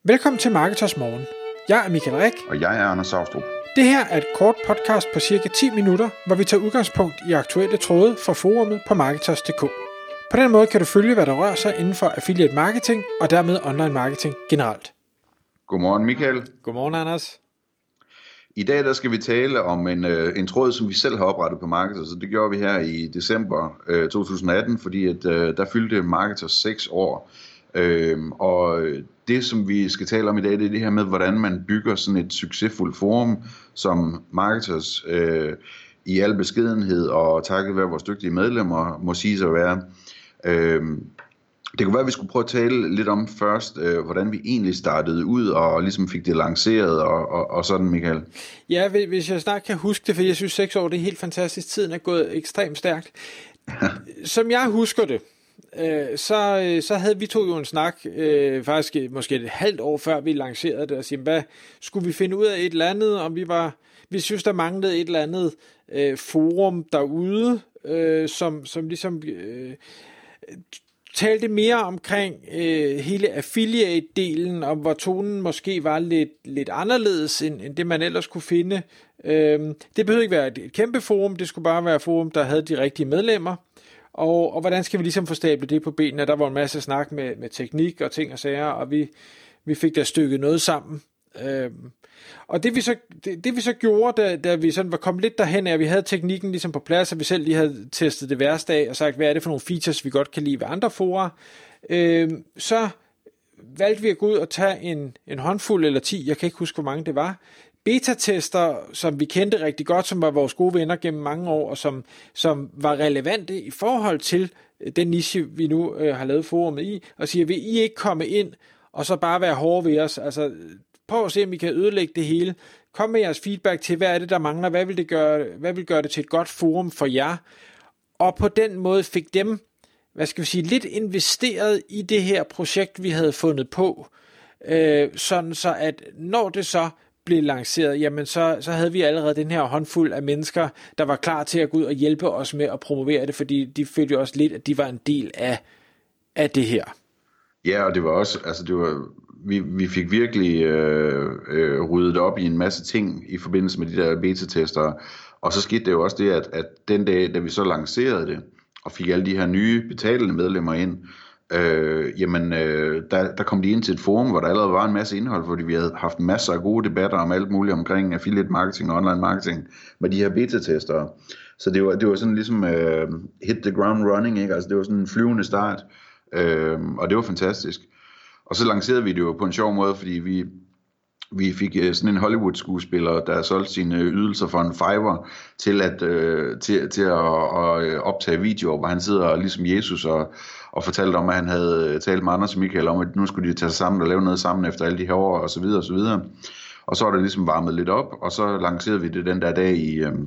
Velkommen til Marketers Morgen. Jeg er Michael Rik. Og jeg er Anders Saustrup. Det her er et kort podcast på cirka 10 minutter, hvor vi tager udgangspunkt i aktuelle tråde fra forumet på Marketers.dk. På den måde kan du følge, hvad der rører sig inden for affiliate marketing og dermed online marketing generelt. Godmorgen Michael. Godmorgen Anders. I dag der skal vi tale om en tråd, som vi selv har oprettet på Marketers, så det gjorde vi her i december 2018, fordi at, der fyldte Marketers 6 år. Og det, som vi skal tale om i dag, det er det her med, hvordan man bygger sådan et succesfuldt forum, som Marketers i al beskedenhed og takket være vores dygtige medlemmer må sige sig at være. Det kunne være, at vi skulle prøve at tale lidt om først, hvordan vi egentlig startede ud og ligesom fik det lanceret og sådan, Michael. Ja, hvis jeg snart kan huske det, for jeg synes 6 år, det er helt fantastisk. Tiden er gået ekstremt stærkt. Som jeg husker det, så havde vi to jo en snak, faktisk måske et halvt år før vi lancerede det, og sige, hvad skulle vi finde ud af et eller andet, om vi synes, der manglede et eller andet forum derude, som ligesom talte mere omkring hele affiliate-delen, om hvor tonen måske var lidt anderledes, end det man ellers kunne finde. Det behøvede ikke være et kæmpe forum, det skulle bare være et forum, der havde de rigtige medlemmer. Og hvordan skal vi ligesom få stablet det på benene? Der var en masse snak med teknik og ting og sager, og vi fik da stykket noget sammen. Og det vi så gjorde, da vi sådan var kommet lidt derhen af, at vi havde teknikken ligesom på plads, og vi selv lige havde testet det værste af, og sagt, hvad er det for nogle features, vi godt kan lide ved andre fora, så valgte vi at gå ud og tage en håndfuld eller 10, jeg kan ikke huske, hvor mange det var, beta-tester, som vi kendte rigtig godt, som var vores gode venner gennem mange år, og som var relevante i forhold til den niche, vi nu har lavet forumet i, og siger, vil I ikke komme ind, og så bare være hårde ved os? Altså, prøv at se, om I kan ødelægge det hele. Kom med jeres feedback til, hvad er det, der mangler? Hvad vil gøre det til et godt forum for jer? Og på den måde fik dem, lidt investeret i det her projekt, vi havde fundet på, sådan så at når det så blev lanceret, jamen så havde vi allerede den her håndfuld af mennesker, der var klar til at gå ud og hjælpe os med at promovere det, fordi de følte jo også lidt, at de var en del af det her. Ja, og det var også, vi fik virkelig ryddet op i en masse ting i forbindelse med de der beta-tester, og så skete det jo også det, at den dag, da vi så lancerede det, og fik alle de her nye betalende medlemmer ind, der kom de ind til et forum, hvor der allerede var en masse indhold, fordi vi havde haft masser af gode debatter om alt muligt omkring affiliate marketing og online marketing med de her beta-testere. Så det var sådan ligesom hit the ground running, ikke? Altså det var sådan en flyvende start, og det var fantastisk. Og så lancerede vi det jo på en sjov måde, fordi vi fik sådan en Hollywood-skuespiller, der solgte sine ydelser for en fiver til at optage videoer, hvor han sidder ligesom Jesus og fortalte om, at han havde talt med Anders og Michael om, at nu skulle de tage sig sammen og lave noget sammen efter alle de her år, og så videre, og så videre. Og så var det ligesom varmet lidt op, og så lancerede vi det den der dag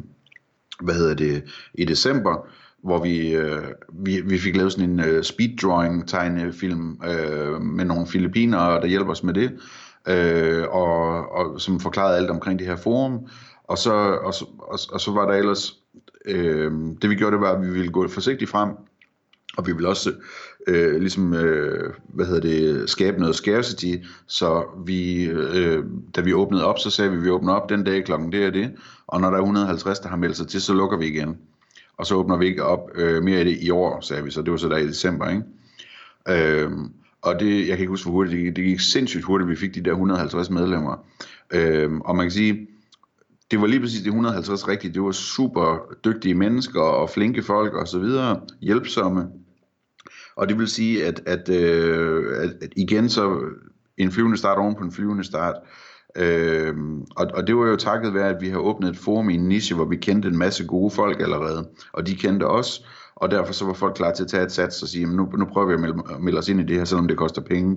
i december, hvor vi fik lavet sådan en speeddrawing-tegnefilm med nogle filippinere, der hjælper os med det, og som forklarede alt omkring det her forum, og så var der ellers, det vi gjorde, det var, at vi ville gå forsigtigt frem, og vi ville også skabe noget scarcity, så da vi åbnede op, så sagde vi åbner op den dag klokken det og det, og når der er 150, der har meldt sig til, så lukker vi igen. Og så åbner vi ikke op mere i det i år, sagde vi, så det var så der i december, ikke? Og det, jeg kan ikke huske hvor hurtigt, det gik sindssygt hurtigt, vi fik de der 150 medlemmer. Og man kan sige, det var lige præcis de 150 rigtigt, det var super dygtige mennesker og flinke folk og så videre, hjælpsomme. Og det vil sige, at igen så en flyvende start oven på en flyvende start. Og det var jo takket være, at vi har åbnet et forum i en niche, hvor vi kendte en masse gode folk allerede, og de kendte os, og derfor så var folk klar til at tage et sats og sige, nu prøver vi at melde os ind i det her, selvom det koster penge.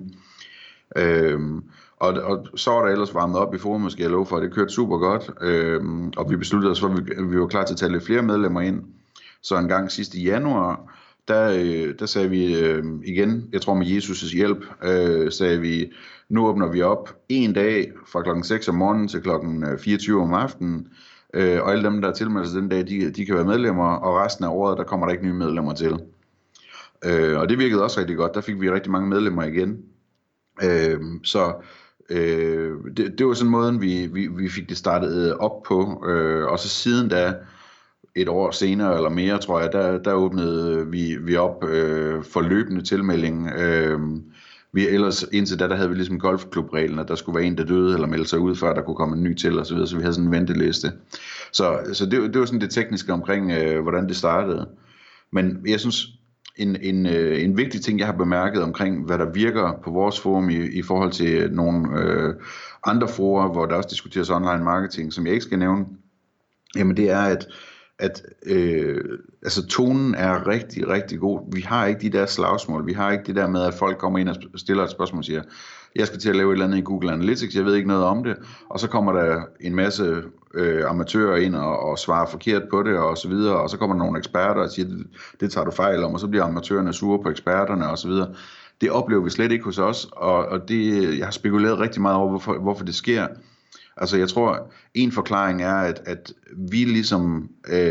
Og så var der ellers varmet op i forumet, skal jeg love for, det kørte super godt, og vi besluttede os for, at vi var klar til at tage lidt flere medlemmer ind. Så en gang sidst i januar, der sagde vi igen, jeg tror med Jesus' hjælp, sagde vi, nu åbner vi op en dag fra klokken 6 om morgenen til klokken 24 om aftenen, og alle dem, der er tilmeldt sig den dag, de kan være medlemmer, og resten af året, der kommer der ikke nye medlemmer til. Og det virkede også rigtig godt, der fik vi rigtig mange medlemmer igen. Så det var sådan måden, vi fik det startet op på, og så siden da, et år senere eller mere, tror jeg, der åbnede vi op for løbende tilmelding. Ellers indtil da, der havde vi ligesom golfklubreglen, at der skulle være en, der døde eller melde sig ud, før der kunne komme en ny til og så videre, så vi havde sådan en venteliste. Så det var sådan det tekniske omkring, hvordan det startede. Men jeg synes, en vigtig ting, jeg har bemærket omkring, hvad der virker på vores forum i forhold til nogle andre forer, hvor der også diskuteres online marketing, som jeg ikke skal nævne, jamen det er, at altså tonen er rigtig, rigtig god. Vi har ikke de der slagsmål. Vi har ikke det der med, at folk kommer ind og stiller et spørgsmål og siger, jeg skal til at lave et eller andet i Google Analytics, jeg ved ikke noget om det, og så kommer der en masse amatører ind og svarer forkert på det og så videre, og så kommer der nogle eksperter og siger, det tager du fejl om, og så bliver amatørerne sure på eksperterne og så videre. Det oplever vi slet ikke hos os, og det, jeg har spekuleret rigtig meget over, hvorfor det sker. Altså jeg tror, en forklaring er, at vi ligesom,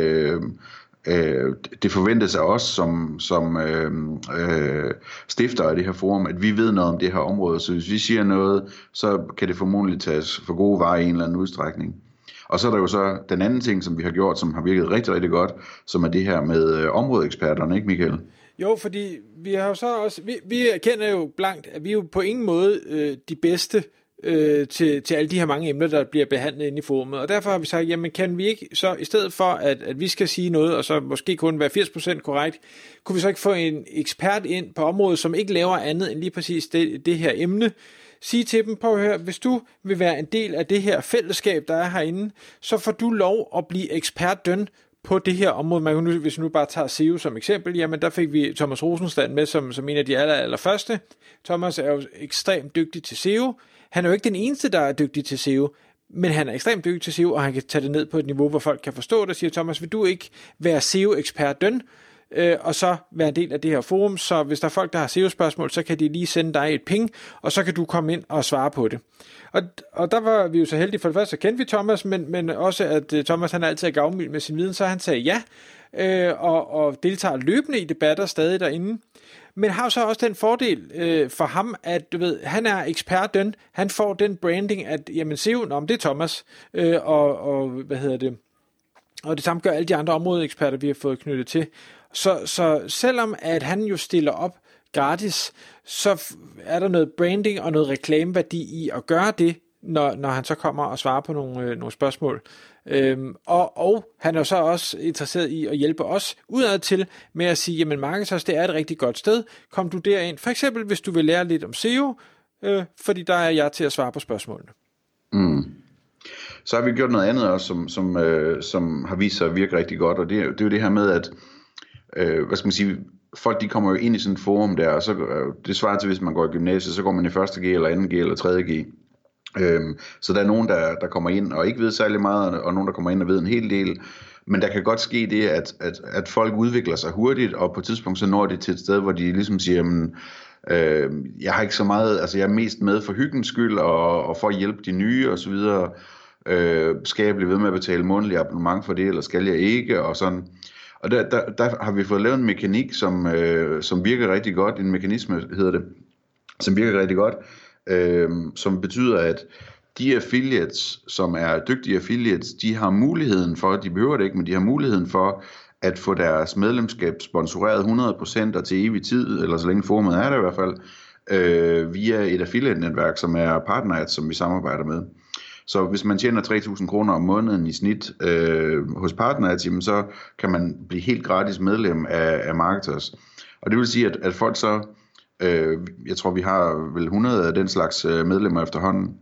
det forventes af os som stifter af det her forum, at vi ved noget om det her område, så hvis vi siger noget, så kan det formodentlig tages for gode varer i en eller anden udstrækning. Og så er der jo så den anden ting, som vi har gjort, som har virket rigtig, rigtig godt, som er det her med områdeeksperterne, ikke Michael? Jo, fordi vi har jo så også, vi erkender jo blankt, at vi er jo på ingen måde de bedste til alle de her mange emner, der bliver behandlet inde i forumet. Og derfor har vi sagt, jamen kan vi ikke så, i stedet for at vi skal sige noget, og så måske kun være 80% korrekt, kunne vi så ikke få en ekspert ind på området, som ikke laver andet end lige præcis det her emne, sige til dem, prøv at høre, hvis du vil være en del af det her fællesskab, der er herinde, så får du lov at blive ekspertdøn på det her område. Man kan nu, hvis vi nu bare tager SEO som eksempel, jamen der fik vi Thomas Rosenstand med som en af de allerførste. Thomas er jo ekstremt dygtig til SEO. Han er jo ikke den eneste, der er dygtig til SEO, men han er ekstremt dygtig til SEO, og han kan tage det ned på et niveau, hvor folk kan forstå det, siger Thomas, vil du ikke være SEO-ekspertdøn, og så være en del af det her forum, så hvis der er folk, der har SEO-spørgsmål, så kan de lige sende dig et ping, og så kan du komme ind og svare på det. Og der var vi jo så heldige, for det første så kendte vi Thomas, men også at Thomas han altid er gavmild med sin viden, så han sagde ja, og deltager løbende i debatter stadig derinde. Men har så også den fordel for ham, at du ved, han er ekspertdøn, han får den branding, at jamen SEO, det er Thomas, og hvad hedder det, og det samme gør alle de andre områdeeksperter, vi har fået knyttet til. Så selvom at han jo stiller op gratis, så er der noget branding og noget reklameværdi i at gøre det, når han så kommer og svarer på nogle spørgsmål. Og han er jo så også interesseret i at hjælpe os udad til med at sige, jamen Marketers, det er et rigtig godt sted. Kom du derind, for eksempel hvis du vil lære lidt om SEO, fordi der er jeg til at svare på spørgsmålene. Så har vi gjort noget andet også, som har vist sig at virke rigtig godt, og det er jo det her med, at hvad skal man sige, folk de kommer jo ind i sådan et forum der, og så det svarer til, hvis man går i gymnasiet, så går man i 1. G eller 2. G eller 3. G. Så der er nogen, der kommer ind og ikke ved særlig meget, og nogen, der kommer ind og ved en hel del. Men der kan godt ske det, at folk udvikler sig hurtigt, og på et tidspunkt så når de til et sted, hvor de ligesom siger, jamen, jeg har ikke så meget, altså jeg er mest med for hyggens skyld, og for at hjælpe de nye og så videre. Skal jeg blive ved med at betale månedlig abonnement for det, eller skal jeg ikke, og sådan. Og der har vi fået lavet en mekanik, som virker rigtig godt, en mekanisme hedder det, som virker rigtig godt, som betyder, at de affiliates, som er dygtige affiliates, de har muligheden for, de behøver det ikke, men de har muligheden for at få deres medlemskab sponsoreret 100% og til evig tid, eller så længe forumet er der i hvert fald, via et affiliate-netværk, som er PartnerAds, som vi samarbejder med. Så hvis man tjener 3.000 kroner om måneden i snit hos PartnerAds, så kan man blive helt gratis medlem af Marketers. Og det vil sige, at folk så, jeg tror vi har vel 100 af den slags medlemmer efterhånden,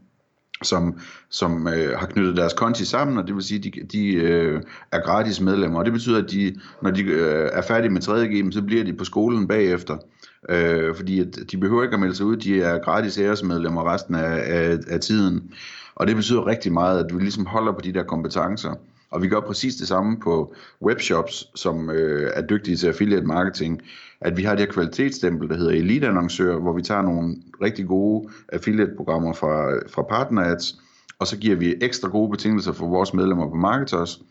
som har knyttet deres konti sammen, og det vil sige, at de er gratis medlemmer. Og det betyder, at når de er færdige med 3. G, så bliver de på skolen bagefter. Fordi at de behøver ikke at melde sig ud, de er gratis æresmedlemmer resten af tiden. Og det betyder rigtig meget, at vi ligesom holder på de der kompetencer. Og vi gør præcis det samme på webshops, som er dygtige til affiliate marketing. At vi har det her kvalitetsstempel, der hedder Elite Annoncør, hvor vi tager nogle rigtig gode affiliate-programmer fra PartnerAds, og så giver vi ekstra gode betingelser for vores medlemmer på Marketers,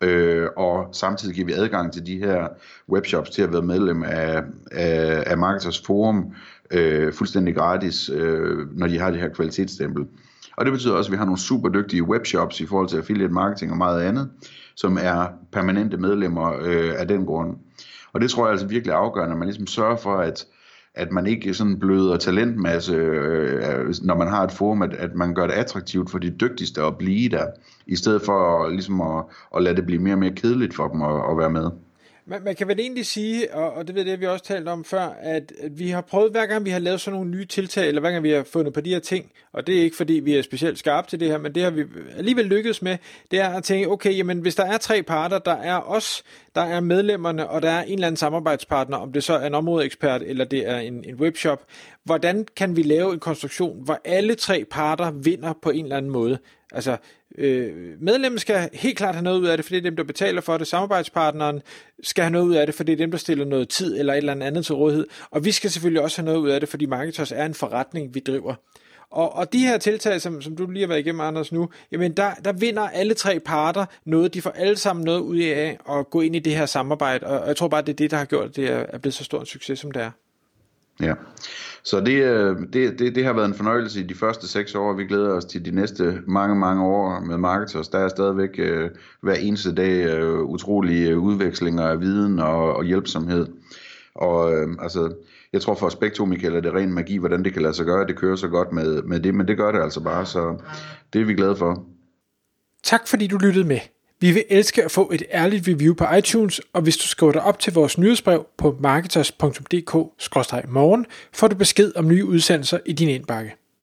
og samtidig giver vi adgang til de her webshops til at være medlem af Marketers Forum fuldstændig gratis, når de har det her kvalitetsstempel. Og det betyder også, at vi har nogle super dygtige webshops i forhold til affiliate marketing og meget andet, som er permanente medlemmer af den grund. Og det tror jeg altså virkelig er afgørende, at man ligesom sørger for, at man ikke sådan bløder talentmasse, når man har et forum, at man gør det attraktivt for de dygtigste at blive der, i stedet for ligesom at lade det blive mere og mere kedeligt for dem at være med. Man kan vel egentlig sige, og det ved det, vi også talt om før, at vi har prøvet, hver gang vi har lavet sådan nogle nye tiltag, eller hver gang vi har fundet på de her ting, og det er ikke fordi, vi er specielt skarpe til det her, men det har vi alligevel lykkedes med, det er at tænke, okay, jamen hvis der er 3 parter, der er os, der er medlemmerne, og der er en eller anden samarbejdspartner, om det så er en områdeekspert, eller det er en webshop, hvordan kan vi lave en konstruktion, hvor alle 3 parter vinder på en eller anden måde? Altså, medlemmen skal helt klart have noget ud af det, for det er dem, der betaler for det. Samarbejdspartneren skal have noget ud af det, for det er dem, der stiller noget tid eller et eller andet til rådighed. Og vi skal selvfølgelig også have noget ud af det, fordi Marketers er en forretning, vi driver. Og de her tiltag, som du lige har været igennem, Anders, nu, jamen der vinder alle 3 parter noget. De får alle sammen noget ud af at gå ind i det her samarbejde. Og jeg tror bare, det er det, der har gjort, at det er blevet så stor en succes, som det er. Ja, så det har været en fornøjelse i de første 6 år. Vi glæder os til de næste mange år med Marketers. Der er stadigvæk hver eneste dag utrolige udvekslinger af viden og hjælpsomhed. Og altså, jeg tror for os begge to, Michael, er det ren magi, hvordan det kan lade sig gøre. Det kører så godt med det, men det gør det altså bare, så det er vi glade for. Tak fordi du lyttede med. Vi vil elske at få et ærligt review på iTunes, og hvis du skriver dig op til vores nyhedsbrev på marketers.dk/morgen, får du besked om nye udsendelser i din indbakke.